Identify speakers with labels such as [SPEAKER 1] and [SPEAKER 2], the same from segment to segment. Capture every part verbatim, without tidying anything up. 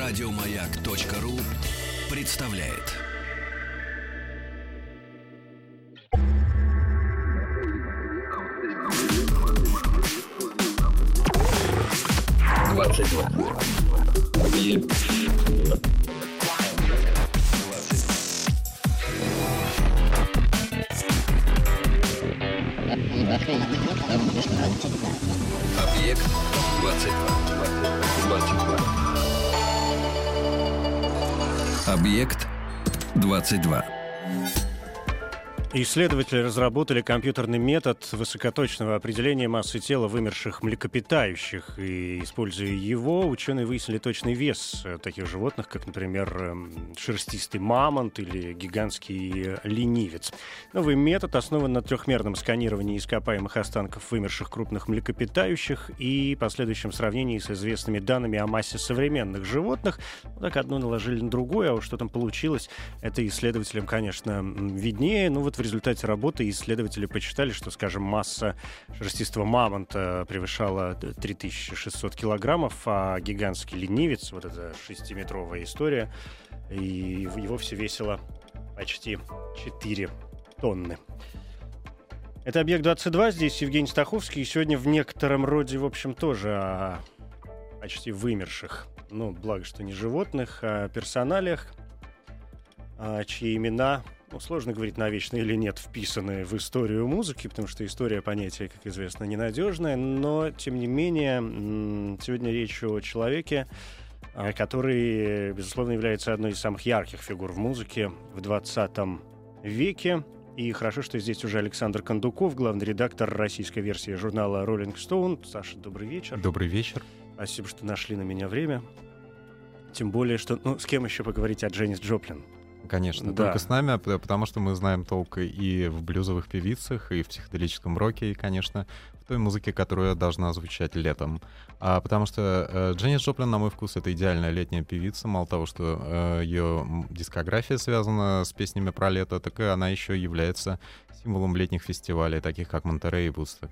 [SPEAKER 1] Радиомаяк.ру представляет. двадцать два. Объект двадцать два. двадцать два. Объект двадцать два.
[SPEAKER 2] Исследователи разработали компьютерный метод высокоточного определения массы тела вымерших млекопитающих. И, используя его, ученые выяснили точный вес таких животных, как, например, шерстистый мамонт или гигантский ленивец. Новый метод основан на трехмерном сканировании ископаемых останков вымерших крупных млекопитающих и последующем сравнении с известными данными о массе современных животных. Вот так одно наложили на другое, а вот что там получилось, это исследователям, конечно, виднее. Ну вот в результате работы исследователи посчитали, что, скажем, масса шерстистого мамонта превышала три тысячи шестьсот килограммов, а гигантский ленивец, вот эта шестиметровая история, и его все весило почти четыре тонны. Это «Объект двадцать два», здесь Евгений Стаховский, и сегодня в некотором роде, в общем, тоже о почти вымерших, ну, благо, что не животных, а персоналиях, чьи имена... Ну, сложно говорить, навечно или нет, вписаны в историю музыки, потому что история понятие, как известно, ненадежное, но, тем не менее, сегодня речь о человеке, который, безусловно, является одной из самых ярких фигур в музыке в двадцатом веке. И хорошо, что здесь уже Александр Кондуков, главный редактор российской версии журнала Rolling Stone. Саша, добрый вечер.
[SPEAKER 3] Добрый вечер.
[SPEAKER 2] Спасибо, что нашли на меня время. Тем более, что, ну, с кем еще поговорить о Дженнис Джоплин?
[SPEAKER 3] Конечно,
[SPEAKER 2] да.
[SPEAKER 3] Только с нами, потому что мы знаем толк и в блюзовых певицах, и в психоделическом роке, и, конечно, в той музыке, которая должна звучать летом. А потому что э, Дженнис Джоплин, на мой вкус, это идеальная летняя певица. Мало того, что э, ее дискография связана с песнями про лето, так и она еще является символом летних фестивалей, таких как Монтерей и Вудсток.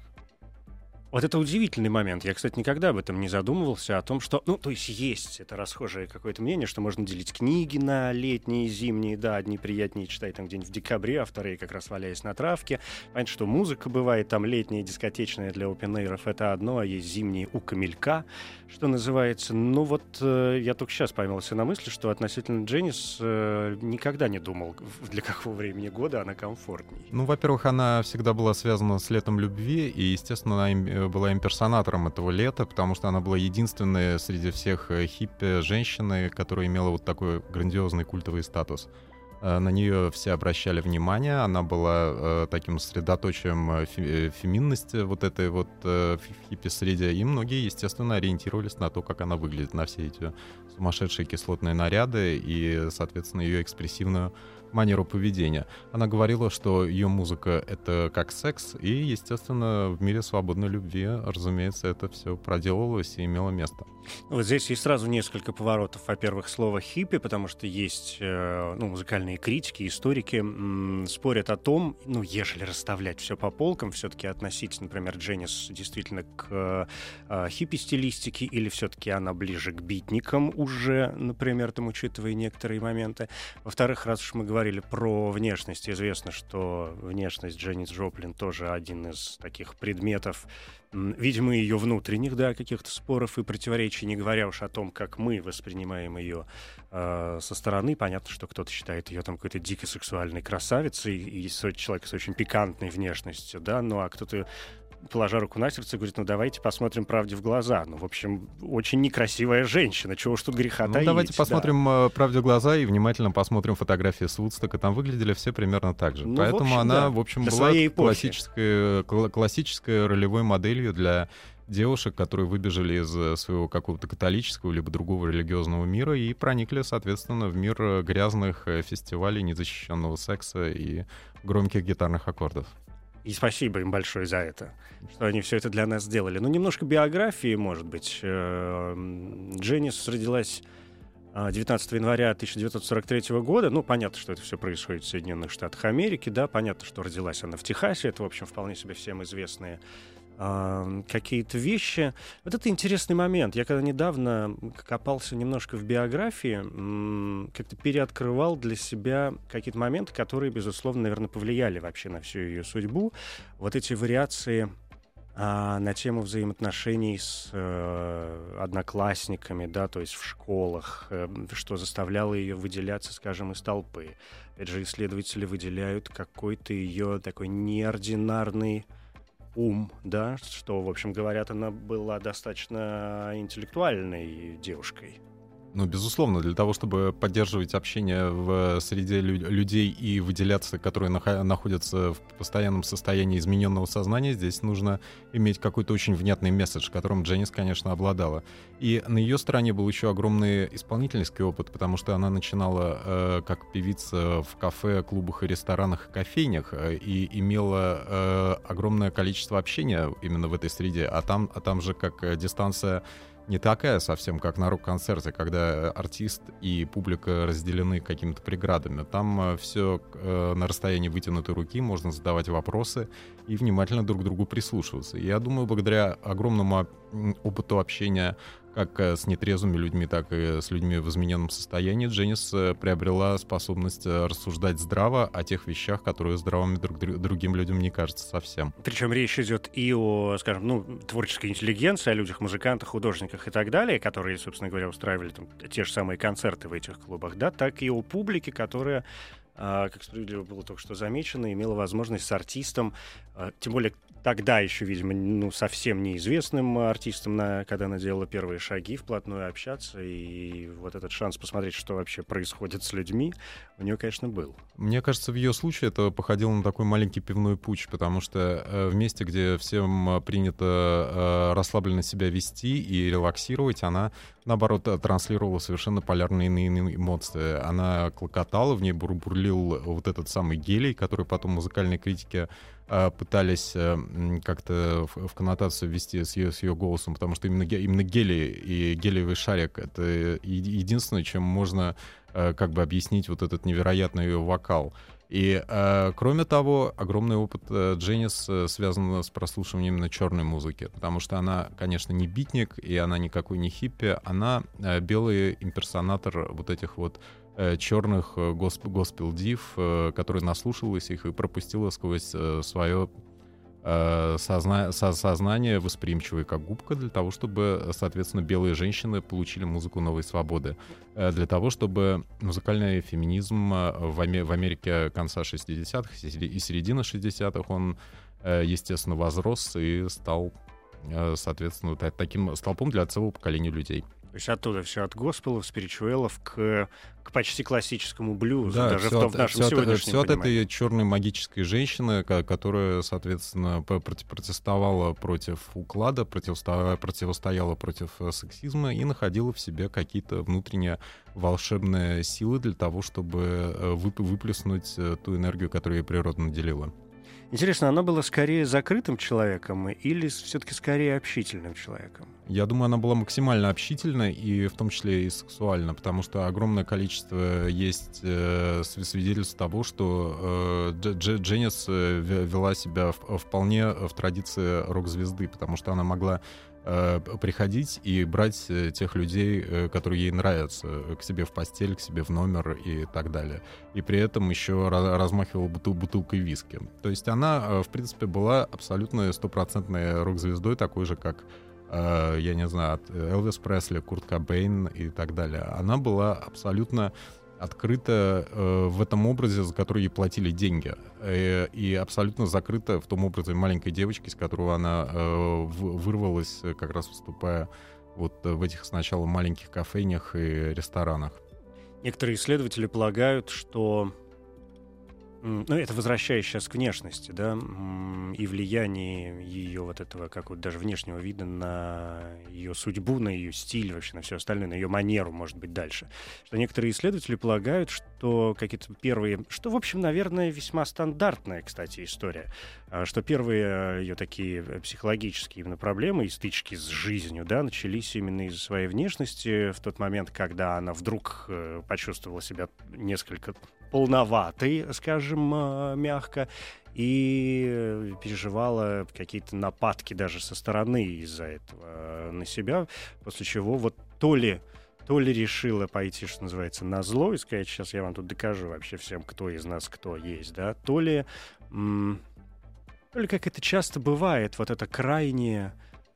[SPEAKER 2] Вот это удивительный момент. Я, кстати, никогда об этом не задумывался, о том, что... Ну, то есть есть это расхожее какое-то мнение, что можно делить книги на летние и зимние. Да, одни приятнее читать там где-нибудь в декабре, а вторые как раз валяясь на травке. Понятно, что музыка бывает там летняя, дискотечная для опен-эйров — это одно, а есть зимние у камелька, что называется. Ну вот э, я только сейчас поймался на мысли, что относительно Дженнис э, никогда не думал, для какого времени года она комфортней.
[SPEAKER 3] Ну, во-первых, она всегда была связана с летом любви, и, естественно, она им была имперсонатором этого лета, потому что она была единственной среди всех хиппи женщины, которая имела вот такой грандиозный культовый статус. На нее все обращали внимание, она была э, таким средоточием фе- феминности вот этой вот э, хиппи-среде, и многие, естественно, ориентировались на то, как она выглядит, на все эти сумасшедшие кислотные наряды и, соответственно, ее экспрессивную манеру поведения. Она говорила, что ее музыка — это как секс, и, естественно, в мире свободной любви, разумеется, это все проделывалось и имело место.
[SPEAKER 2] Вот здесь есть сразу несколько поворотов. Во-первых, слово «хиппи», потому что есть э, ну, музыкальные критики, историки м- спорят о том, ну, ежели расставлять все по полкам, все-таки относить, например, Дженнис действительно к э, хиппи-стилистике, или все-таки она ближе к битникам уже, например, там, учитывая некоторые моменты. Во-вторых, раз уж мы говорили про внешность, известно, что внешность Дженнис Джоплин тоже один из таких предметов, видимо, ее внутренних, да, каких-то споров и противоречий, не говоря уж о том, как мы воспринимаем ее э, со стороны. Понятно, что кто-то считает ее там какой-то дико сексуальной красавицей, и человек с очень пикантной внешностью, да, ну а кто-то, положа руку на сердце, говорит, ну давайте посмотрим правде в глаза. Ну, в общем, очень некрасивая женщина, чего уж тут греха таить.
[SPEAKER 3] Ну, давайте посмотрим
[SPEAKER 2] да.
[SPEAKER 3] правде в глаза и внимательно посмотрим фотографии с Вудстока. Там выглядели все примерно так же.
[SPEAKER 2] Ну,
[SPEAKER 3] Поэтому
[SPEAKER 2] в общем,
[SPEAKER 3] она,
[SPEAKER 2] да,
[SPEAKER 3] в общем,
[SPEAKER 2] для
[SPEAKER 3] была
[SPEAKER 2] классической,
[SPEAKER 3] классической ролевой моделью для девушек, которые выбежали из своего какого-то католического либо другого религиозного мира и проникли, соответственно, в мир грязных фестивалей, незащищенного секса и громких гитарных аккордов.
[SPEAKER 2] И спасибо им большое за это, что они все это для нас сделали. Ну, немножко биографии, может быть. Дженнис родилась девятнадцатого января тысяча девятьсот сорок третьего года. Ну, понятно, что это все происходит в Соединенных Штатах Америки, да, понятно, что родилась она в Техасе. Это, в общем, вполне себе всем известные э, какие-то вещи. Вот это интересный момент. Я когда недавно копался немножко в биографии, м- как-то переоткрывал для себя какие-то моменты, которые, безусловно, наверное, повлияли вообще на всю ее судьбу. Вот эти вариации а, на тему взаимоотношений с э, одноклассниками, да, то есть в школах, э, что заставляло ее выделяться, скажем, из толпы. Опять же, исследователи выделяют какой-то ее такой неординарный ум, да, что, в общем, говорят, она была достаточно интеллектуальной девушкой.
[SPEAKER 3] Ну, безусловно, для того, чтобы поддерживать общение в среде лю- людей и выделяться, которые нах- находятся в постоянном состоянии измененного сознания, здесь нужно иметь какой-то очень внятный месседж, которым Дженнис, конечно, обладала. И на ее стороне был еще огромный исполнительский опыт, потому что она начинала э, как певица в кафе, клубах и ресторанах и кофейнях, э, и имела э, огромное количество общения именно в этой среде, а там, а там же как э, дистанция не такая совсем, как на рок-концерте, когда артист и публика разделены какими-то преградами. Там все э, на расстоянии вытянутой руки, можно задавать вопросы и внимательно друг к другу прислушиваться. И я думаю, благодаря огромному опыту общения как с нетрезвыми людьми, так и с людьми в измененном состоянии, Дженнис приобрела способность рассуждать здраво о тех вещах, которые здравыми друг, другим людям не кажутся совсем.
[SPEAKER 2] Причем речь идет и о, скажем, ну, творческой интеллигенции, о людях, музыкантах, художниках и так далее, которые, собственно говоря, устраивали там те же самые концерты в этих клубах, да, так и о публике, которая, как справедливо было только что замечено, имела возможность с артистом, тем более тогда еще, видимо, ну, совсем неизвестным артистом, на, когда она делала первые шаги, вплотную общаться, и вот этот шанс посмотреть, что вообще происходит с людьми, у нее, конечно, был.
[SPEAKER 3] Мне кажется, в ее случае это походило на такой маленький пивной путч, потому что э, в месте, где всем принято э, расслабленно себя вести и релаксировать, она, наоборот, транслировала совершенно полярные иные эмоции. Она клокотала, в ней бур- бурлил вот этот самый гелий, который потом музыкальные критики э, пытались э, как-то в, в коннотацию ввести с ее, с ее голосом, потому что именно, именно гелий и гелиевый шарик — это единственное, чем можно э, как бы объяснить вот этот невероятный ее вокал. И, э, кроме того, огромный опыт э, Дженнис э, связан с прослушиванием именно черной музыки, потому что она, конечно, не битник, и она никакой не хиппи, она э, белый имперсонатор вот этих вот э, черных э, госп- госпел-див, э, которая наслушалась их и пропустила сквозь э, свое Созна... сознание восприимчивое как губка для того, чтобы, соответственно, белые женщины получили музыку новой свободы. Для того, чтобы музыкальный феминизм в, Аме... в Америке конца шестидесятых и середины шестидесятых, он, естественно, возрос и стал, соответственно, таким столпом для целого поколения людей.
[SPEAKER 2] То есть оттуда все от госпелов, спиричуэлов к, к почти классическому блюзу,
[SPEAKER 3] да,
[SPEAKER 2] даже
[SPEAKER 3] все
[SPEAKER 2] в,
[SPEAKER 3] от,
[SPEAKER 2] в нашем
[SPEAKER 3] все
[SPEAKER 2] сегодняшнем
[SPEAKER 3] от, все от
[SPEAKER 2] понимании.
[SPEAKER 3] этой черной магической женщины, которая, соответственно, протестовала против уклада, противостояла против сексизма и находила в себе какие-то внутренние волшебные силы для того, чтобы выплеснуть ту энергию, которую ей природа наделила.
[SPEAKER 2] Интересно, она была скорее закрытым человеком или все-таки скорее общительным человеком?
[SPEAKER 3] Я думаю, она была максимально общительна, и в том числе и сексуальна, потому что огромное количество есть э, свидетельств того, что э, Дж- Дженнис вела себя в, вполне в традиции рок-звезды, потому что она могла э, приходить и брать тех людей, э, которые ей нравятся, к себе в постель, к себе в номер и так далее. И при этом еще размахивала бутыл- бутылкой виски. То есть она, в принципе, была абсолютно стопроцентной рок-звездой, такой же, как, я не знаю, Элвис Пресли, Курт Кобейн и так далее. Она была абсолютно открыта э, в этом образе, за который ей платили деньги, э, и абсолютно закрыта в том образе маленькой девочки, с которого она э, вырвалась, как раз выступая вот в этих сначала маленьких кофейнях и ресторанах.
[SPEAKER 2] Некоторые исследователи полагают, что, ну, это возвращаясь сейчас к внешности, да, и влияние ее вот этого, как вот даже внешнего вида на ее судьбу, на ее стиль, вообще на все остальное, на ее манеру, может быть, дальше. Что некоторые исследователи полагают, что какие-то первые, что, в общем, наверное, весьма стандартная, кстати, история, что первые ее такие психологические именно проблемы и стычки с жизнью, да, начались именно из-за своей внешности в тот момент, когда она вдруг почувствовала себя несколько полноватой, скажем, скажем, э, мягко, и переживала какие-то нападки даже со стороны из-за этого на себя, после чего вот то ли, то ли решила пойти, что называется, назло и сказать, сейчас я вам тут докажу вообще всем, кто из нас кто есть, да, то ли, м- то ли как это часто бывает, вот это крайнее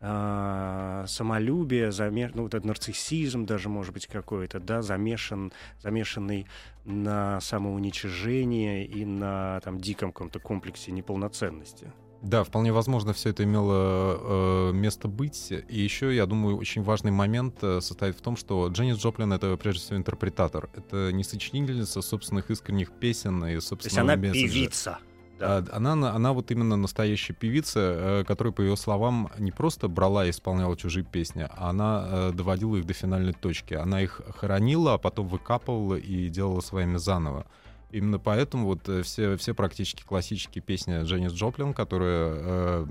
[SPEAKER 2] э- самолюбие, замеш... ну, вот этот нарциссизм даже, может быть, какой-то, да, замешан, замешанный на самоуничижение и на там диком каком-то комплексе неполноценности.
[SPEAKER 3] Да, вполне возможно, все это имело э, место быть. И еще, я думаю, очень важный момент э, состоит в том, что Дженнис Джоплин — это прежде всего интерпретатор. Это не сочинительница собственных искренних песен и собственного месседжа.
[SPEAKER 2] То есть она певица. Да.
[SPEAKER 3] Она, она вот именно настоящая певица, которая, по ее словам, не просто брала и исполняла чужие песни, а она доводила их до финальной точки. Она их хоронила, а потом выкапывала и делала своими заново. Именно поэтому вот все, все практически классические песни Дженнис Джоплин, которые э,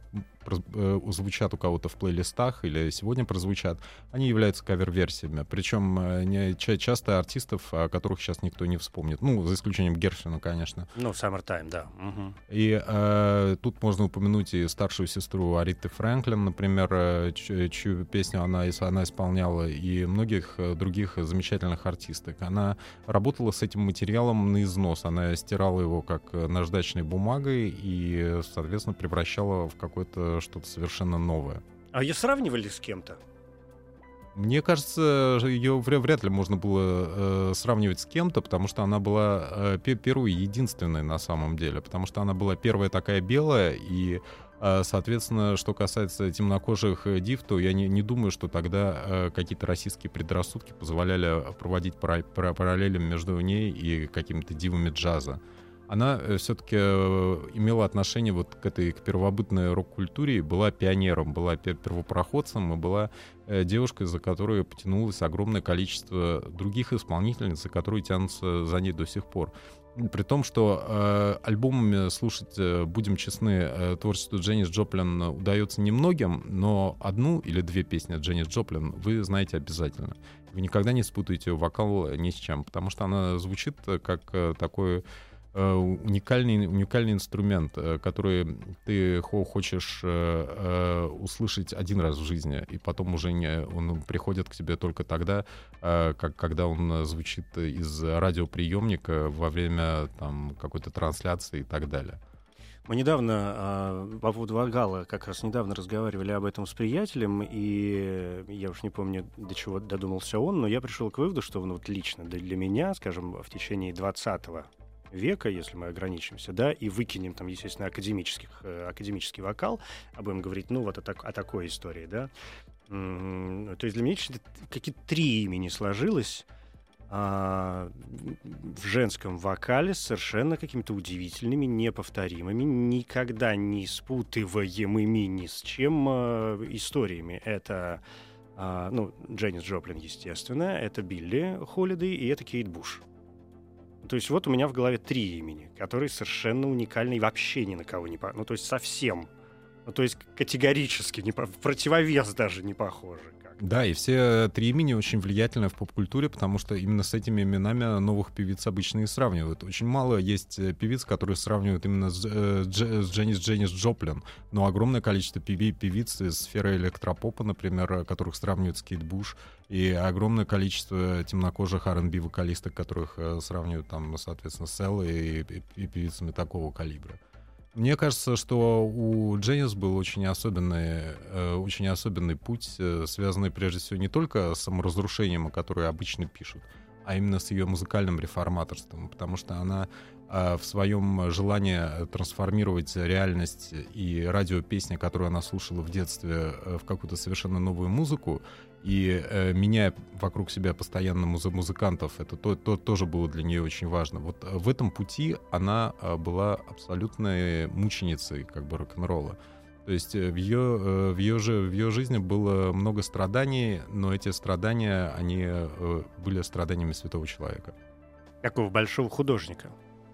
[SPEAKER 3] э, звучат у кого-то в плейлистах или сегодня прозвучат, они являются кавер-версиями. Причем э, не, ча- часто артистов, о которых сейчас никто не вспомнит. Ну, за исключением Гершвина, конечно.
[SPEAKER 2] Ну, Summertime, да. Угу.
[SPEAKER 3] И э, тут можно упомянуть и старшую сестру Ариты Фрэнклин, например, э, чью, чью песню она, она исполняла, и многих других замечательных артисток. Она работала с этим материалом на износ. Она стирала его как наждачной бумагой и, соответственно, превращала в какое-то что-то совершенно новое.
[SPEAKER 2] А ее сравнивали с кем-то?
[SPEAKER 3] Мне кажется, ее вряд ли можно было э, сравнивать с кем-то, потому что она была э, первой и единственной на самом деле, потому что она была первая такая белая, и, э, соответственно, что касается темнокожих див, то я не, не думаю, что тогда э, какие-то российские предрассудки позволяли проводить пара- пара- параллели между ней и какими-то дивами джаза. Она все-таки имела отношение вот к этой к первобытной рок-культуре, была пионером, была первопроходцем и была девушкой, за которой потянулось огромное количество других исполнительниц, которые тянутся за ней до сих пор. При том, что э, альбомами слушать, э, будем честны, э, творчество Дженнис Джоплин удается немногим, но одну или две песни Дженнис Джоплин вы знаете обязательно. Вы никогда не спутаете вокал ни с чем, потому что она звучит как э, такой уникальный, уникальный инструмент, который ты хочешь э, услышать один раз в жизни, и потом уже не, он приходит к тебе только тогда, э, как, когда он звучит из радиоприемника во время там, какой-то трансляции и так далее.
[SPEAKER 2] Мы недавно э, по поводу вокала как раз недавно разговаривали об этом с приятелем, и я уж не помню, до чего додумался он, но я пришел к выводу, что ну, вот лично для меня, скажем, в течение двадцатого века, если мы ограничимся, да, и выкинем там, естественно, академических, э, академический вокал, а будем говорить, ну, вот о, так, о такой истории, да. Mm-hmm. То есть для меня какие-то три имени сложилось а, в женском вокале совершенно какими-то удивительными, неповторимыми, никогда не спутываемыми ни с чем а, историями. Это, а, ну, Дженнис Джоплин, естественно, это Билли Холидей и это Кейт Буш. То есть вот у меня в голове три имени, которые совершенно уникальны и вообще ни на кого не похожи. Ну, то есть совсем. Ну, то есть категорически, не по... в противовес даже не похожи.
[SPEAKER 3] Да, и все три имени очень влиятельны в поп-культуре, потому что именно с этими именами новых певиц обычно и сравнивают. Очень мало есть певиц, которые сравнивают именно с, э, Дж, с Дженнис Дженнис Джоплин, но огромное количество певи, певиц из сферы электропопа, например, которых сравнивают с Кейт Буш, и огромное количество темнокожих ар энд би-вокалисток, которых э, сравнивают, там, соответственно, с Эллой и, и, и певицами такого калибра. Мне кажется, что у Дженнис был очень особенный, э, очень особенный путь, э, связанный прежде всего не только с саморазрушением, о котором обычно пишут, а именно с ее музыкальным реформаторством, потому что она э, в своем желании трансформировать реальность и радиопесни, которую она слушала в детстве, э, в какую-то совершенно новую музыку, и э, меняя вокруг себя постоянно муз- музыкантов, это то, то, тоже было для нее очень важно. Вот в этом пути она э, была абсолютной мученицей как бы рок-н-ролла. То есть в ее, э, в, ее же, в ее жизни было много страданий, но эти страдания, они э, были страданиями святого человека.
[SPEAKER 2] Такого большого художника.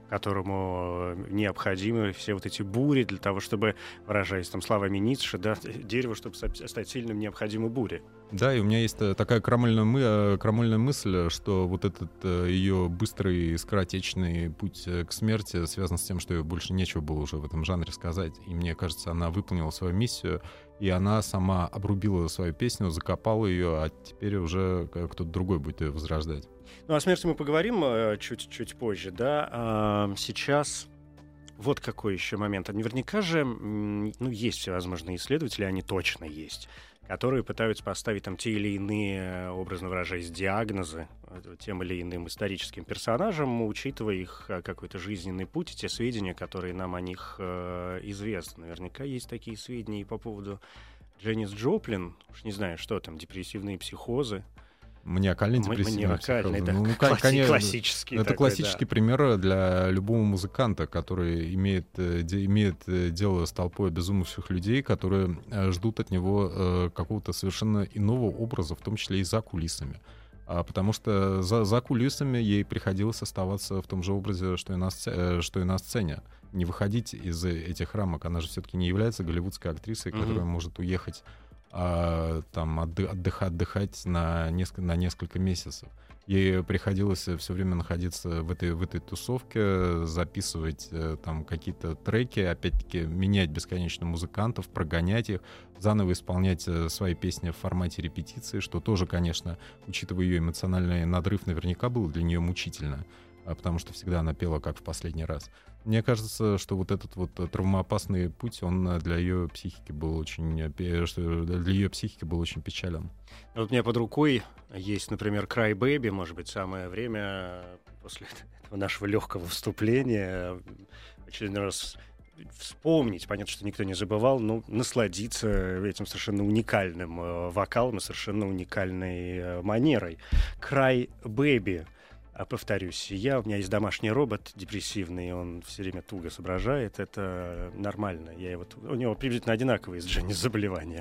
[SPEAKER 2] которому необходимы все вот эти бури для того, чтобы, выражаясь там словами Ницше, да, дерево, чтобы стать сильным, необходимы бури.
[SPEAKER 3] Да, и у меня есть такая крамольная, мы, крамольная мысль, что вот этот ее быстрый, скоротечный путь к смерти связан с тем, что ее больше нечего было уже в этом жанре сказать. И мне кажется, она выполнила свою миссию, и она сама обрубила свою песню, закопала ее, а теперь уже кто-то другой будет ее возрождать.
[SPEAKER 2] Ну, о смерти мы поговорим чуть-чуть позже, да. А сейчас вот какой еще момент. Наверняка же, ну, есть всевозможные исследователи, они точно есть, которые пытаются поставить там те или иные, образно выражаясь, диагнозы тем или иным историческим персонажам, учитывая их какой-то жизненный путь и те сведения, которые нам о них э, известны. Наверняка есть такие сведения и по поводу Дженнис Джоплин. Уж не знаю, что там, депрессивные психозы.
[SPEAKER 3] Маниакальный депрессивный
[SPEAKER 2] Маниакальный, да,
[SPEAKER 3] ну, ну,
[SPEAKER 2] класси-
[SPEAKER 3] конечно,
[SPEAKER 2] классический.
[SPEAKER 3] Это
[SPEAKER 2] такой,
[SPEAKER 3] классический
[SPEAKER 2] да.
[SPEAKER 3] пример для любого музыканта, который имеет, де, имеет дело с толпой обезумевших людей, которые ждут от него э, какого-то совершенно иного образа, в том числе и за кулисами. А, потому что за, за кулисами ей приходилось оставаться в том же образе, что и, на сцене, что и на сцене. Не выходить из этих рамок. Она же все-таки не является голливудской актрисой, mm-hmm. которая может уехать а, там, отдых, отдыхать на несколько, на несколько месяцев. Ей приходилось все время находиться в этой, в этой тусовке, записывать там какие-то треки, опять-таки менять бесконечно музыкантов, прогонять их, заново исполнять свои песни в формате репетиции, что тоже, конечно, учитывая ее эмоциональный надрыв, наверняка было для нее мучительно, потому что всегда она пела как в последний раз. Мне кажется, что вот этот вот травмоопасный путь, он для ее психики был очень, для ее психики был очень печален.
[SPEAKER 2] Вот у меня под рукой есть, например, Cry Baby, может быть, самое время после этого нашего легкого вступления в очередной раз вспомнить, понятно, что никто не забывал, но насладиться этим совершенно уникальным э, вокалом и совершенно уникальной э, манерой. Cry Baby. А повторюсь, я, у меня есть домашний робот депрессивный, он все время туго соображает, это нормально. Я его, у него приблизительно одинаковые с Дженнис заболевания.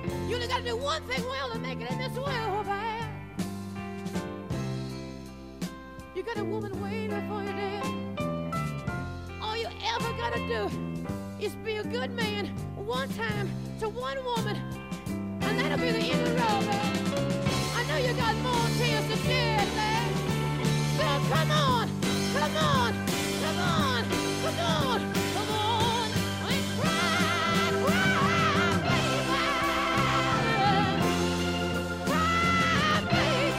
[SPEAKER 4] You only gotta do one thing well to make it in this world, man. You got a woman waiting for you there. All you ever gotta do is be a good man one time to one woman, and that'll be the end of the road, man. I know you got more tears to shed, man. So come on, come on, come on, come on, come on, and cry, cry, baby. Cry, baby.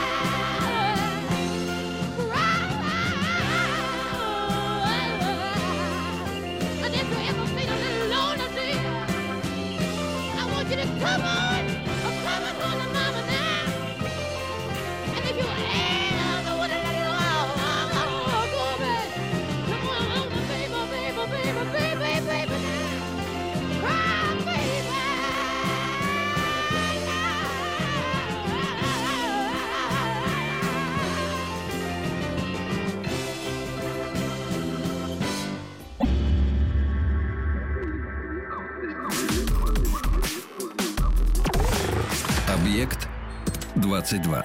[SPEAKER 4] Cry. And if you ever feel a little lonely, dear, I want you to come on, come on home to mama now. And if you ever want to let it all go, baby, come on home to baby, baby, baby, baby, baby now. Cry, baby.
[SPEAKER 1] Объект двадцать два.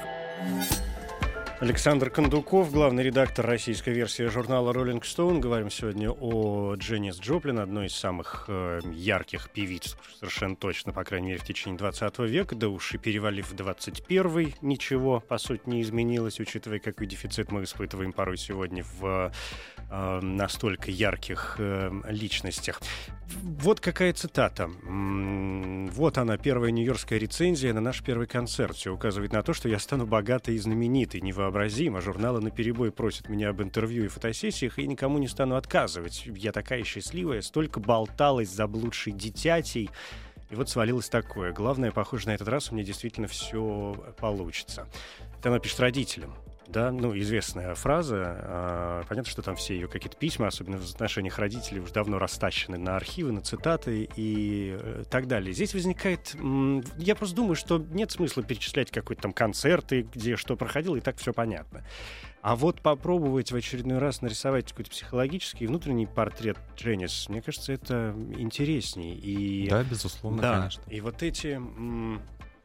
[SPEAKER 2] Александр Кондуков, главный редактор российской версии журнала Rolling Stone. Говорим сегодня о Дженнис Джоплин, одной из самых э, ярких певиц, совершенно точно, по крайней мере, в течение двадцатого века. Да уж и перевалив в двадцать первый, ничего, по сути, не изменилось, учитывая, какой дефицит мы испытываем порой сегодня в э, настолько ярких э, личностях. Вот какая цитата. М-м, вот она, первая нью-йоркская рецензия на наш первый концерт. Все указывает на то, что я стану богатой и знаменитой, невообразимо. Журналы наперебой просят меня об интервью и фотосессиях, и я никому не стану отказывать. Я такая счастливая, столько болталась заблудшей дитятей. И вот свалилось такое. Главное, похоже, на этот раз у меня действительно все получится. Это она пишет родителям. Да, ну, известная фраза. А, понятно, что там все ее какие-то письма, особенно в отношениях родителей, уже давно растащены на архивы, на цитаты и э, так далее. Здесь возникает... М- я просто думаю, что нет смысла перечислять какие-то там концерты, где что проходило, и так все понятно. А вот попробовать в очередной раз нарисовать какой-то психологический внутренний портрет Дженнис, мне кажется, это интересней. И...
[SPEAKER 3] Да, безусловно,
[SPEAKER 2] да,
[SPEAKER 3] конечно.
[SPEAKER 2] И вот эти... М-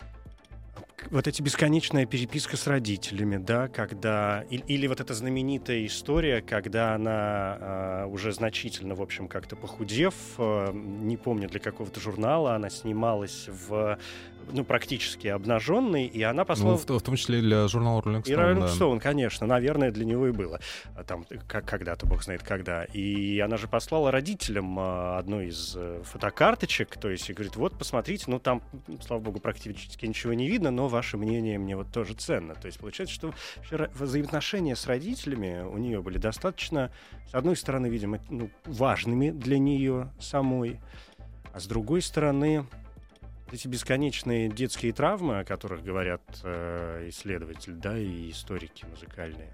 [SPEAKER 2] Вот эти бесконечная переписка с родителями, да, когда... Или, или вот эта знаменитая история, когда она э, уже значительно, в общем, как-то похудев, э, не помню, для какого-то журнала, она снималась в... ну, практически обнаженной, и она послала...
[SPEAKER 3] Ну, в, в том числе для журнала Rolling Stone.
[SPEAKER 2] И Rolling
[SPEAKER 3] да.
[SPEAKER 2] Stone, конечно, наверное, для него и было. Там, как, когда-то, бог знает когда. И она же послала родителям а, одну из а, фотокарточек, то есть, и говорит, вот, посмотрите, ну, там, слава богу, практически ничего не видно, но ваше мнение мне вот тоже ценно. То есть, получается, что взаимоотношения с родителями у нее были достаточно, с одной стороны, видимо, ну, важными для нее самой, а с другой стороны... Эти бесконечные детские травмы, о которых говорят э, исследователи, да, и историки музыкальные.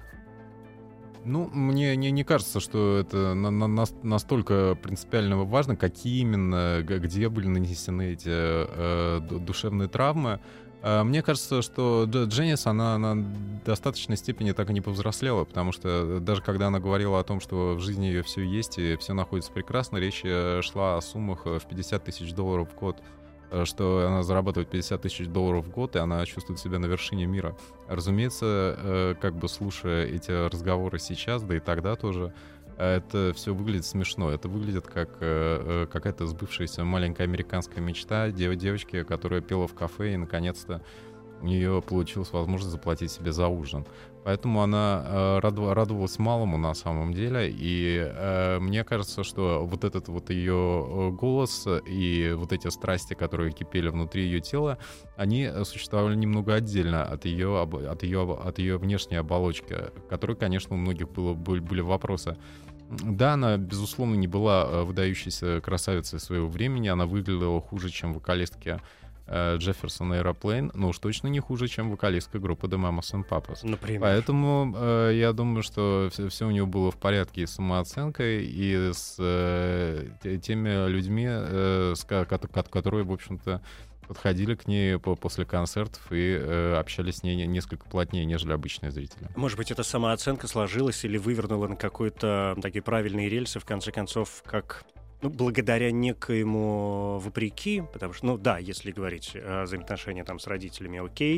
[SPEAKER 3] Ну, мне не, не кажется, что это на, на, настолько принципиально важно, какие именно, где были нанесены эти э, душевные травмы. Э, мне кажется, что Дженнис, она на достаточной степени так и не повзрослела, потому что даже когда она говорила о том, что в жизни ее все есть и все находится прекрасно, речь шла о суммах в пятьдесят тысяч долларов в год. Что она зарабатывает пятьдесят тысяч долларов в год, и она чувствует себя на вершине мира. Разумеется, как бы слушая эти разговоры сейчас, да и тогда тоже, это все выглядит смешно. Это выглядит как какая-то сбывшаяся маленькая американская мечта девочки, которая пела в кафе, и наконец-то у нее получилась возможность заплатить себе за ужин. Поэтому она э, радовалась малому на самом деле, и э, мне кажется, что вот этот вот ее голос и вот эти страсти, которые кипели внутри ее тела, они существовали немного отдельно от ее, от ее, от ее внешней оболочки, которой, конечно, у многих было, были вопросы. Да, она, безусловно, не была выдающейся красавицей своего времени, она выглядела хуже, чем вокалистки Джефферсон Aeroplane, но уж точно не хуже, чем вокалистка группы The Mamas and Papas.
[SPEAKER 2] Например.
[SPEAKER 3] Поэтому э, я думаю, что все, все у нее было в порядке и с самооценкой, и с э, теми людьми, э, с, которые, в общем-то, подходили к ней по, после концертов и э, общались с ней несколько плотнее, нежели обычные зрители.
[SPEAKER 2] Может быть, эта самооценка сложилась или вывернула на какой-то такие правильные рельсы, в конце концов, как Ну, благодаря некоему вопреки, потому что, ну да, если говорить о взаимоотношениях там с родителями, окей,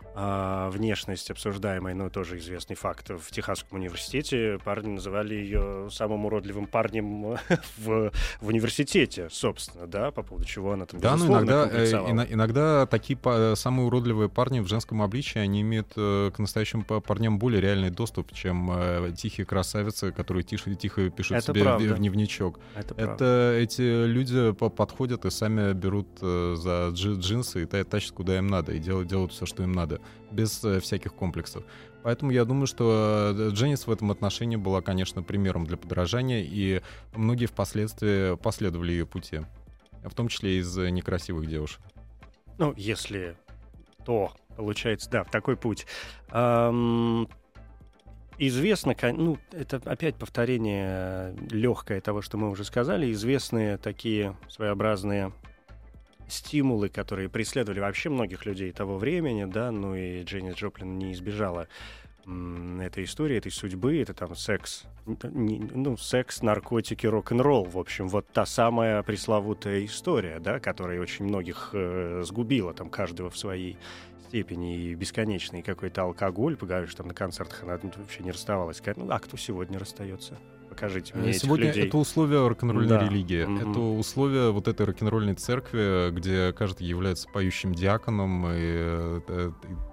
[SPEAKER 2] а внешность обсуждаемая, ну, тоже известный факт. В Техасском университете парни называли ее самым уродливым парнем в, в университете, собственно, да, по поводу чего она там,
[SPEAKER 3] да, ну,
[SPEAKER 2] безусловно,
[SPEAKER 3] иногда,
[SPEAKER 2] комплексовала.
[SPEAKER 3] э, иногда такие па- самые уродливые парни в женском обличии, они имеют э, к настоящим парням более реальный доступ, чем э, тихие красавицы, которые тихо, тихо пишут
[SPEAKER 2] Это
[SPEAKER 3] себе в,
[SPEAKER 2] правда.
[SPEAKER 3] в дневничок.
[SPEAKER 2] Это,
[SPEAKER 3] Это эти люди по- подходят и сами берут э, за джи- джинсы и та- тащат куда им надо, и делают, делают все, что им надо, без э, всяких комплексов. Поэтому я думаю, что э, Дженнис в этом отношении была, конечно, примером для подражания, и многие впоследствии последовали ее пути, в том числе из э, некрасивых девушек.
[SPEAKER 2] Ну, если то, получается, да, в такой путь. Ам, Известно, кон- ну, это опять повторение легкое того, что мы уже сказали, известные такие своеобразные стимулы, которые преследовали вообще многих людей того времени, да, ну и Дженнис Джоплин не избежала м, этой истории, этой судьбы, это там секс, не- ну, секс, наркотики, рок-н-ролл, в общем, вот та самая пресловутая история, да, которая очень многих э, сгубила, там, каждого в своей степени, и бесконечный какой-то алкоголь, поговоришь, там на концертах она вообще не расставалась. Ну, а кто сегодня расстается? Покажите мне этих
[SPEAKER 3] Сегодня
[SPEAKER 2] людей.
[SPEAKER 3] это условие рок-н-ролльной
[SPEAKER 2] Да.
[SPEAKER 3] религии.
[SPEAKER 2] Мгм.
[SPEAKER 3] Это условие вот этой рок-н-ролльной церкви, где каждый является поющим диаконом и, э, э,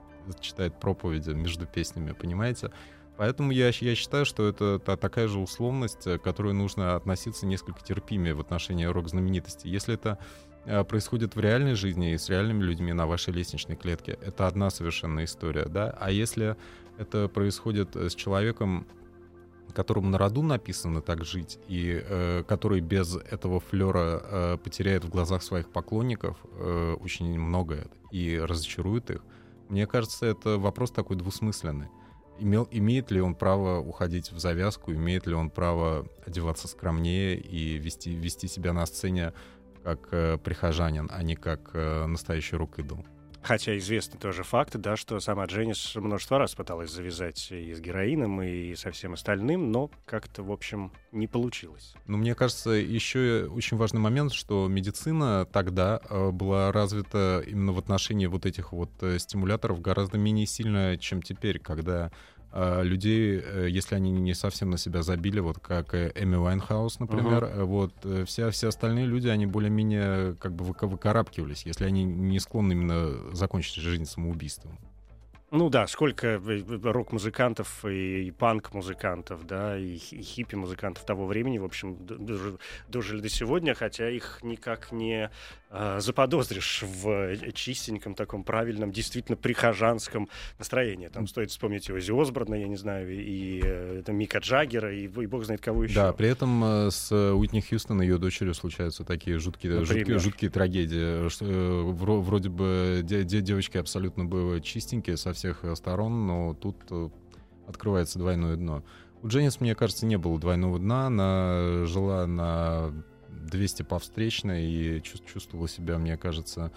[SPEAKER 3] и читает проповеди между песнями, понимаете? Поэтому я, я считаю, что это та, такая же условность, к которой нужно относиться несколько терпимее в отношении рок-знаменитостей. Если это э, происходит в реальной жизни и с реальными людьми на вашей лестничной клетке, это одна совершенно история, да? А если это происходит с человеком, которому на роду написано так жить, и э, который без этого флера э, потеряет в глазах своих поклонников э, очень многое и разочарует их, мне кажется, это вопрос такой двусмысленный. Имел, имеет ли он право уходить в завязку, имеет ли он право одеваться скромнее и вести, вести себя на сцене как э, прихожанин, а не как э, настоящий рок-идол?
[SPEAKER 2] Хотя известный тоже факт, да, что сама Дженнис множество раз пыталась завязать и с героином, и со всем остальным, но как-то, в общем, не получилось.
[SPEAKER 3] Но мне кажется, еще очень важный момент, что медицина тогда э, была развита именно в отношении вот этих вот э, стимуляторов гораздо менее сильно, чем теперь, когда э, людей, э, если они не совсем на себя забили, вот как э, Эми Уайнхаус, например, uh-huh. э, вот э, все, все остальные люди, они более-менее как бы выка- выкарабкивались, если они не склонны именно закончить жизнь самоубийством.
[SPEAKER 2] Ну да, сколько рок-музыкантов и панк-музыкантов, да, и хиппи-музыкантов того времени, в общем, дожили до сегодня, хотя их никак не а, заподозришь в чистеньком, таком правильном, действительно прихожанском настроении. Там стоит вспомнить и Оззи Осборна, я не знаю, и это, Мика Джаггера, и, и бог знает кого еще.
[SPEAKER 3] Да, при этом с Уитни Хьюстон и ее дочерью случаются такие жуткие, жуткие, жуткие трагедии. Что, вроде бы де- де- девочки абсолютно были чистенькие, совсем всех сторон, но тут открывается двойное дно. У Дженнис, мне кажется, не было двойного дна. Она жила на двести по встречной и чувствовала себя, мне кажется,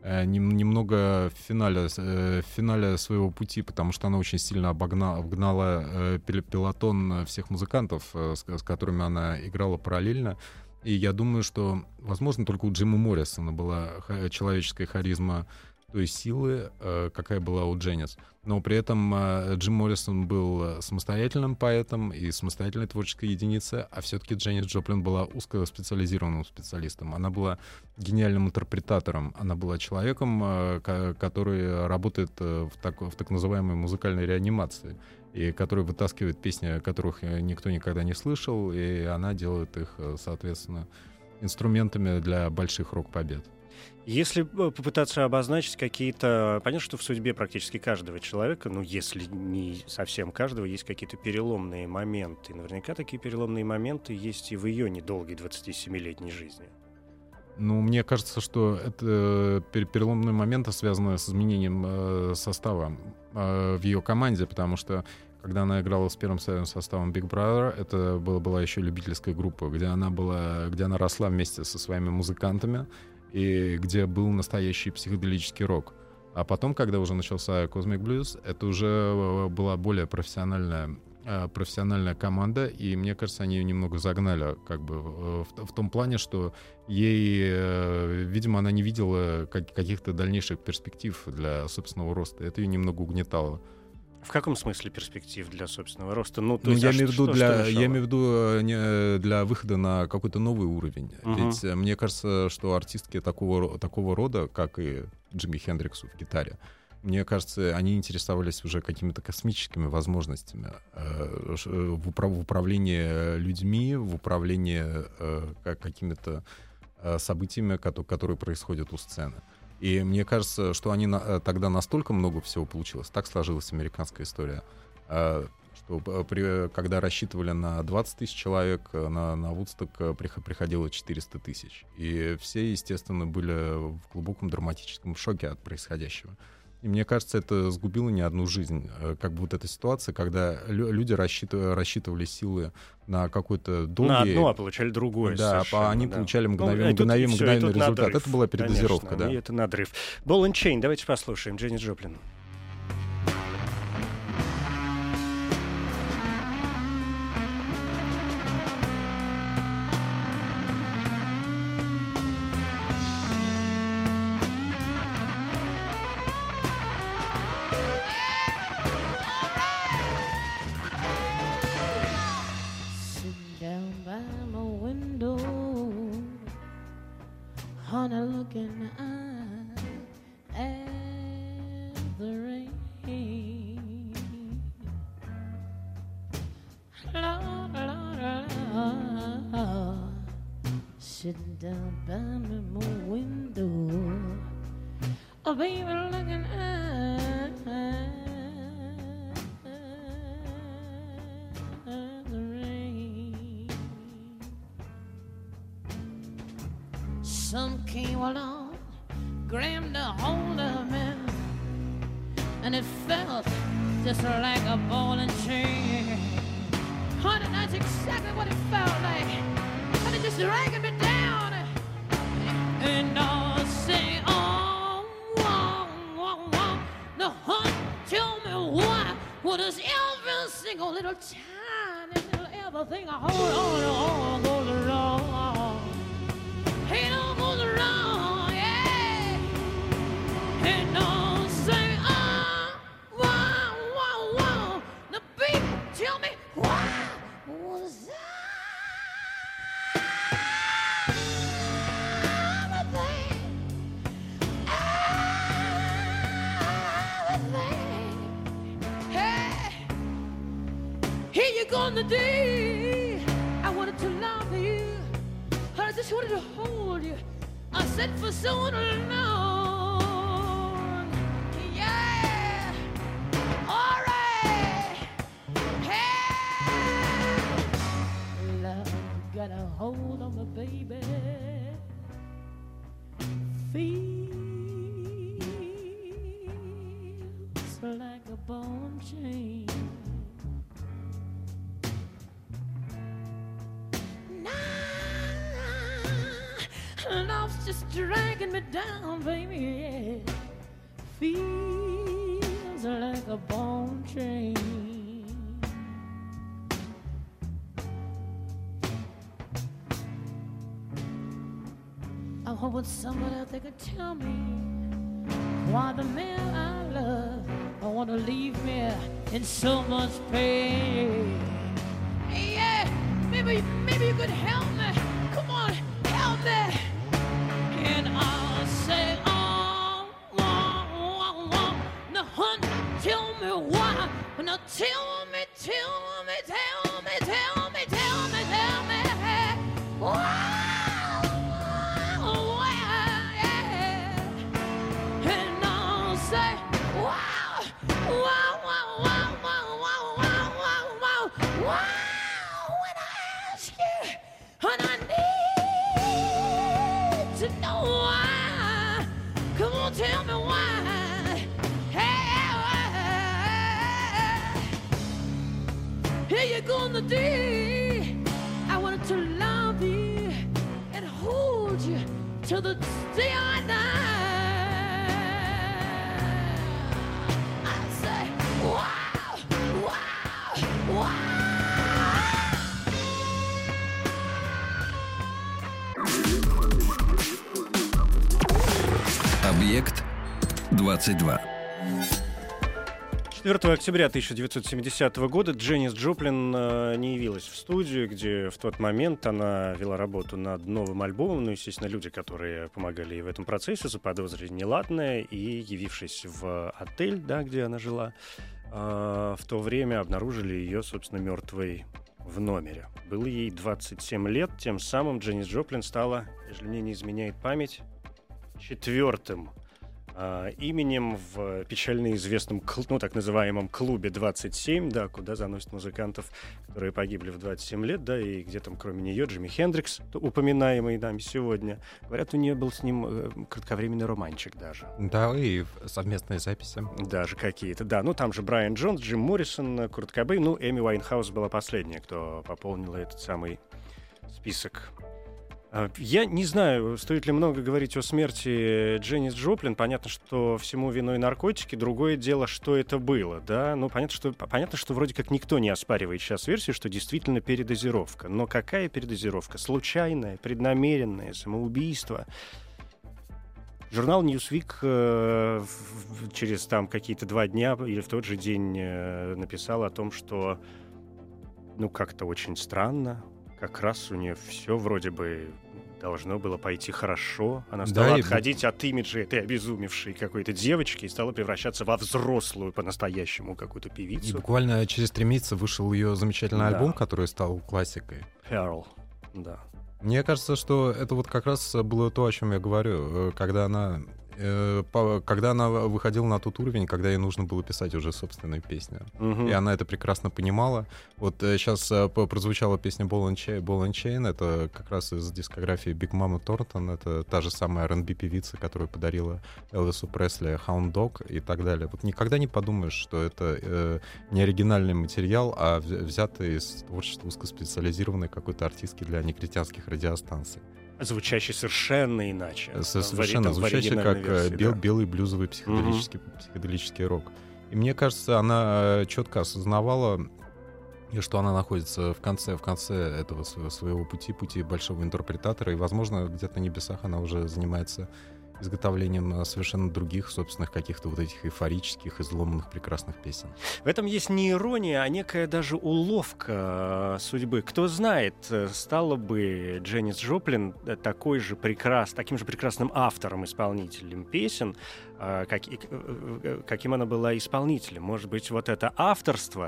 [SPEAKER 3] немного в финале, в финале своего пути, потому что она очень сильно обогнала, обгнала пелотон всех музыкантов, с которыми она играла параллельно. И я думаю, что, возможно, только у Джима Моррисона была человеческая харизма той силы, какая была у Дженнис. Но при этом Джим Моррисон был самостоятельным поэтом и самостоятельной творческой единицей, а все-таки Дженнис Джоплин была узкоспециализированным специалистом. Она была гениальным интерпретатором. Она была человеком, который работает в так, в так называемой музыкальной реанимации, и который вытаскивает песни, которых никто никогда не слышал, и она делает их, соответственно, инструментами для больших рок-побед.
[SPEAKER 2] Если попытаться обозначить какие-то... Понятно, что в судьбе практически каждого человека, ну, если не совсем каждого, есть какие-то переломные моменты. Наверняка такие переломные моменты есть и в ее недолгой двадцатисемилетней жизни.
[SPEAKER 3] Ну, мне кажется, что это переломные моменты, связанные с изменением состава в ее команде, потому что когда она играла с первым составом Big Brother, это была, была еще любительская группа, где она, была, где она росла вместе со своими музыкантами, и где был настоящий психоделический рок. А потом, когда уже начался Cosmic Blues, это уже была более профессиональная профессиональная команда, и мне кажется, они ее немного загнали, как бы в, в том плане, что ей, видимо, она не видела как, каких-то дальнейших перспектив для собственного роста. Это ее немного угнетало.
[SPEAKER 2] В каком смысле перспектив для собственного роста? Ну, то
[SPEAKER 3] ну
[SPEAKER 2] есть,
[SPEAKER 3] я,
[SPEAKER 2] а
[SPEAKER 3] имею
[SPEAKER 2] что,
[SPEAKER 3] ввиду
[SPEAKER 2] что,
[SPEAKER 3] для,
[SPEAKER 2] что
[SPEAKER 3] я имею в виду не, для выхода на какой-то новый уровень.
[SPEAKER 2] Uh-huh.
[SPEAKER 3] Ведь мне кажется, что артистки такого, такого рода, как и Джимми Хендриксу в гитаре, мне кажется, они интересовались уже какими-то космическими возможностями э, в, управ- в управлении людьми, в управлении э, какими-то э, событиями, которые, которые происходят у сцены. И мне кажется, что они на, тогда настолько много всего получилось, так сложилась американская история, э, что при, когда рассчитывали на двадцать тысяч человек, на, на Вудсток приходило четыреста тысяч. И все, естественно, были в глубоком драматическом шоке от происходящего. И мне кажется, это сгубило не одну жизнь. Как бы вот эта ситуация, когда люди рассчитывали, рассчитывали силы на какой-то долгий...
[SPEAKER 2] На одно, а получали другое.
[SPEAKER 3] Да, а они
[SPEAKER 2] да.
[SPEAKER 3] получали
[SPEAKER 2] ну,
[SPEAKER 3] мгновенный, мгновенный,
[SPEAKER 2] все,
[SPEAKER 3] мгновенный результат.
[SPEAKER 2] Надрыв,
[SPEAKER 3] это была передозировка,
[SPEAKER 2] конечно,
[SPEAKER 3] да.
[SPEAKER 2] И это надрыв. Ball and Chain, давайте послушаем. Дженнис Джоплин.
[SPEAKER 4] Looking at the rain, Lord, Lord, Lord, sitting down by my window, oh baby, looking at the rain. Some came along, grabbed a hold of me, and it felt just like a ball and chain. Honey, that's exactly what it felt like. Honey, just dragging me down. And I'll say, oh, oh, oh, oh. Now, honey, tell me why. What does every single little tiny little everything I hold on to all goes wrong? Hey, no goes wrong, yeah. And don't say, oh, wow, wow, wow. Now, baby, tell me why was everything, everything. Hey, here you go on the day I wanted to love you. I just wanted to hold you. I said for so long. Yeah. All right. Hey. Love got a hold on me, baby. Feels like a bone chain. Love's just dragging me down, baby, yeah. Feels like a bone chain. I'm hoping someone out there could tell me why the man I love I want to leave me in so much pain. Yeah, maybe, maybe you could help me. Come on, help me. And I'll say, oh, oh, oh, oh. Now, honey, tell me why. Now, tell me, tell me, tell me, tell me, tell me, tell me why. Oh, yeah. And I'll say, wow, wow, wow, wow, wow, wow, wow, wow, wow, wow. When I ask you, and I need to know why. Come on, tell me why. Hey, here you go on the day I wanted to love you and hold you till the day I die. I say, wow, wow, wow.
[SPEAKER 1] Объект двадцать два.
[SPEAKER 2] четвёртого октября тысяча девятьсот семидесятого года Дженнис Джоплин э, не явилась в студию, где в тот момент она вела работу над новым альбомом. Ну, естественно, люди, которые помогали ей в этом процессе, заподозрили неладное и, явившись в отель, да, где она жила, э, в то время обнаружили ее, собственно, мертвой в номере. Было ей двадцать семь лет, тем самым Дженнис Джоплин стала, если мне не изменяет память, четвертым Uh, именем в печально известном, ну, так называемом клубе двадцать семь, да, куда заносят музыкантов, которые погибли в двадцать семь лет, да, и где там кроме нее Джимми Хендрикс, упоминаемый нами сегодня. Говорят, у нее был с ним э, кратковременный романчик даже.
[SPEAKER 3] Да, и совместные записи.
[SPEAKER 2] Даже какие-то, да. Ну, там же Брайан Джонс, Джим Моррисон, Курт Кобейн, ну, Эми Уайнхаус была последняя, кто пополнила этот самый список. Я не знаю, стоит ли много говорить о смерти Дженнис Джоплин. Понятно, что всему виной наркотики. Другое дело, что это было, да. Ну, понятно, что, понятно, что вроде как никто не оспаривает сейчас версию, что действительно передозировка. Но какая передозировка? Случайная, преднамеренная, самоубийство? Журнал Newsweek э, в, через там какие-то два дня или в тот же день э, написал о том, что, ну, как-то очень странно. Как раз у нее все вроде бы должно было пойти хорошо. Она стала да, отходить и... от имиджа этой обезумевшей какой-то девочки и стала превращаться во взрослую по-настоящему какую-то певицу.
[SPEAKER 3] И буквально через три месяца вышел ее замечательный да. альбом, который стал классикой.
[SPEAKER 2] Pearl, да.
[SPEAKER 3] Мне кажется, что это вот как раз было то, о чем я говорю, когда она... когда она выходила на тот уровень, когда ей нужно было писать уже собственные песни. Uh-huh. И она это прекрасно понимала. Вот сейчас прозвучала песня Ball and Chain, Ball and Chain. Это как раз из дискографии Big Mama Thornton. Это та же самая ар энд би-певица, которая подарила Элвису Пресли Hound Dog и так далее. Вот никогда не подумаешь, что это э, не оригинальный материал, а взятый из творчества узкоспециализированной какой-то артистки для некритянских радиостанций.
[SPEAKER 2] Звучащий совершенно иначе.
[SPEAKER 3] Совершенно звучащий как
[SPEAKER 2] версии,
[SPEAKER 3] бел,
[SPEAKER 2] да.
[SPEAKER 3] белый блюзовый психоделический, mm-hmm. психоделический рок. И мне кажется, она четко осознавала, что она находится в конце, в конце этого своего пути, пути большого интерпретатора, и, возможно, где-то на небесах она уже занимается изготовлением совершенно других, собственных каких-то вот этих эйфорических, изломанных прекрасных песен.
[SPEAKER 2] В этом есть не ирония, а некая даже уловка судьбы. Кто знает, стала бы Дженнис Джоплин такой же прекрас, таким же прекрасным автором, исполнителем песен, как, каким она была исполнителем. Может быть, вот это авторство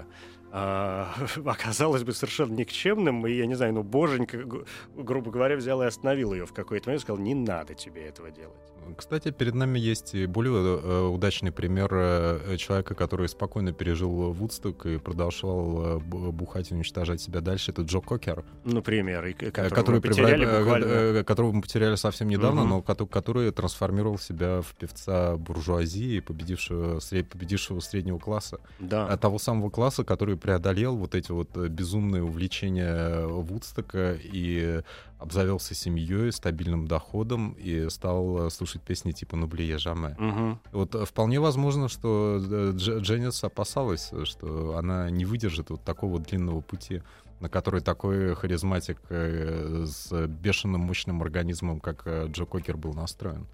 [SPEAKER 2] оказалось бы совершенно никчемным, и, я не знаю, ну, боженька, грубо говоря, взял и остановил ее в какой-то момент и сказал, не надо тебе этого делать.
[SPEAKER 3] Кстати, перед нами есть и более э, удачный пример э, человека, который спокойно пережил Вудсток и продолжал э, бухать и уничтожать себя дальше. Это Джо Кокер.
[SPEAKER 2] Например, и которого,
[SPEAKER 3] который
[SPEAKER 2] мы потеряли
[SPEAKER 3] прибра...
[SPEAKER 2] буквально...
[SPEAKER 3] э, которого мы потеряли совсем недавно, угу. но который, который трансформировал себя в певца буржуазии, победившего, сред... победившего среднего класса.
[SPEAKER 2] Да.
[SPEAKER 3] А того самого класса, который преодолел вот эти вот безумные увлечения Вудстока и обзавелся семьей, стабильным доходом и стал слушать песни типа «N'oubliez jamais».
[SPEAKER 2] Угу.
[SPEAKER 3] Вот вполне возможно, что Дж- Дженнис опасалась, что она не выдержит вот такого длинного пути, на который такой харизматик с бешеным мощным организмом, как Джо Кокер, был настроен.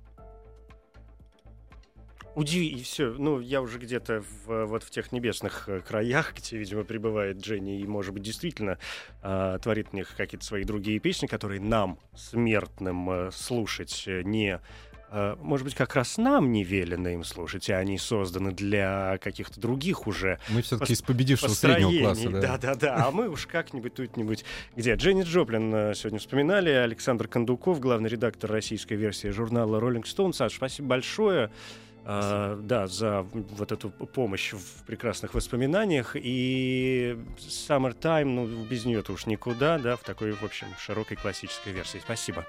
[SPEAKER 2] Удиви, и все. Ну, я уже где-то в, вот в тех небесных краях, где, видимо, пребывает Дженни, и, может быть, действительно э, творит в них какие-то свои другие песни, которые нам, смертным, э, слушать не... Э, может быть, как раз нам не велено им слушать, а они созданы для каких-то других уже...
[SPEAKER 3] Мы все-таки из победившего среднего класса, да?
[SPEAKER 2] Да-да-да, а мы уж как-нибудь тут-нибудь... Где? Дженнис Джоплин сегодня вспоминали, Александр Кондуков, главный редактор российской версии журнала Rolling Stone. Саш, спасибо большое. Uh, да, за вот эту помощь в прекрасных воспоминаниях. И Summertime, ну, без нее-то уж никуда, да, в такой, в общем, широкой классической версии. Спасибо.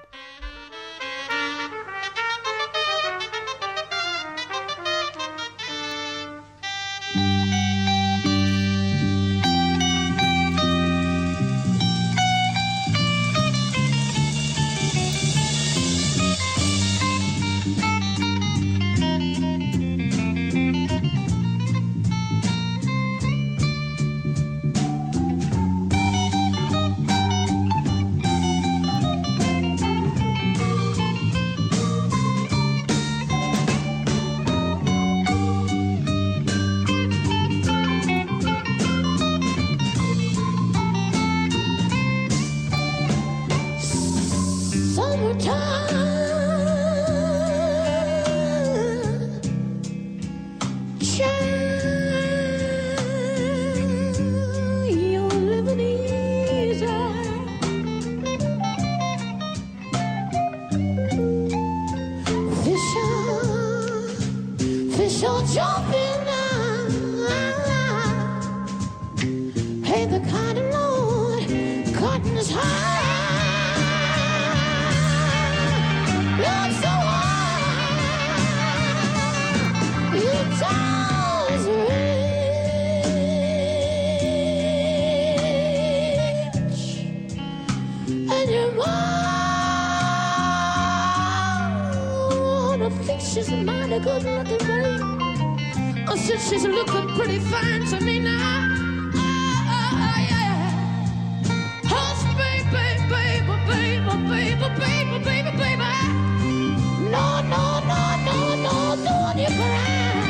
[SPEAKER 4] She's a mighty good looking babe. Oh, since she's looking pretty fine to me now. Oh, oh, oh yeah. Hush, baby, baby, baby, baby, baby, baby, baby. No, no, no, no, no, don't you cry.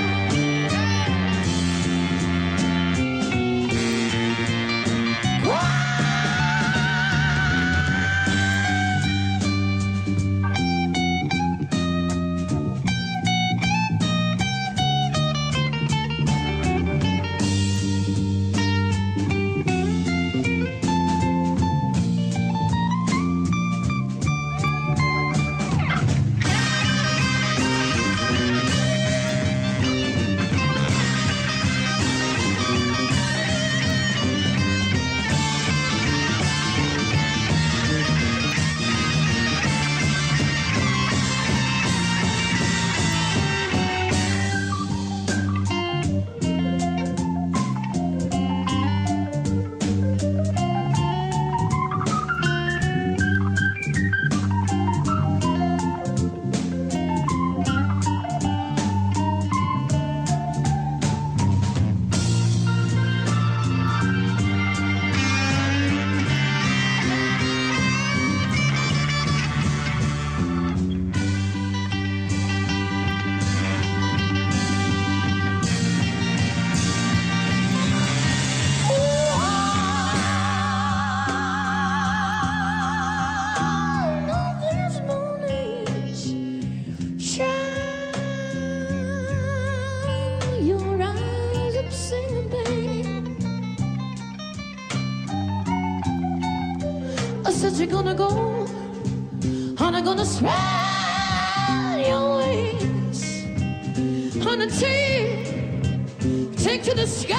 [SPEAKER 4] You're gonna go, honey, gonna spread your wings, honey, take, take to the sky,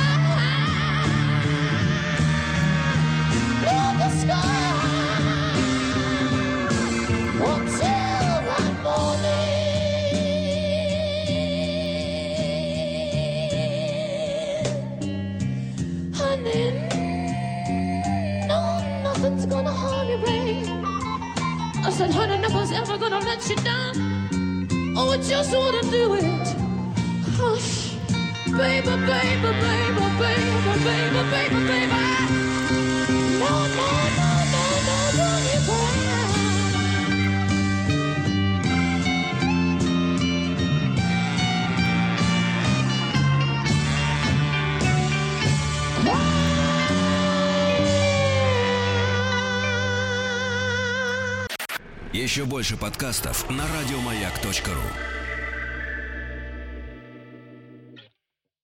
[SPEAKER 4] love the sky, until that morning, honey, no, nothing's gonna harm you, babe. I said, honey, nothing's ever gonna let you down. Oh, I just wanna do it. Hush, baby, baby, baby, baby, baby, baby, baby. No, no, no, no, no, don't you cry.
[SPEAKER 1] Еще больше подкастов на радиомаяк точка ру.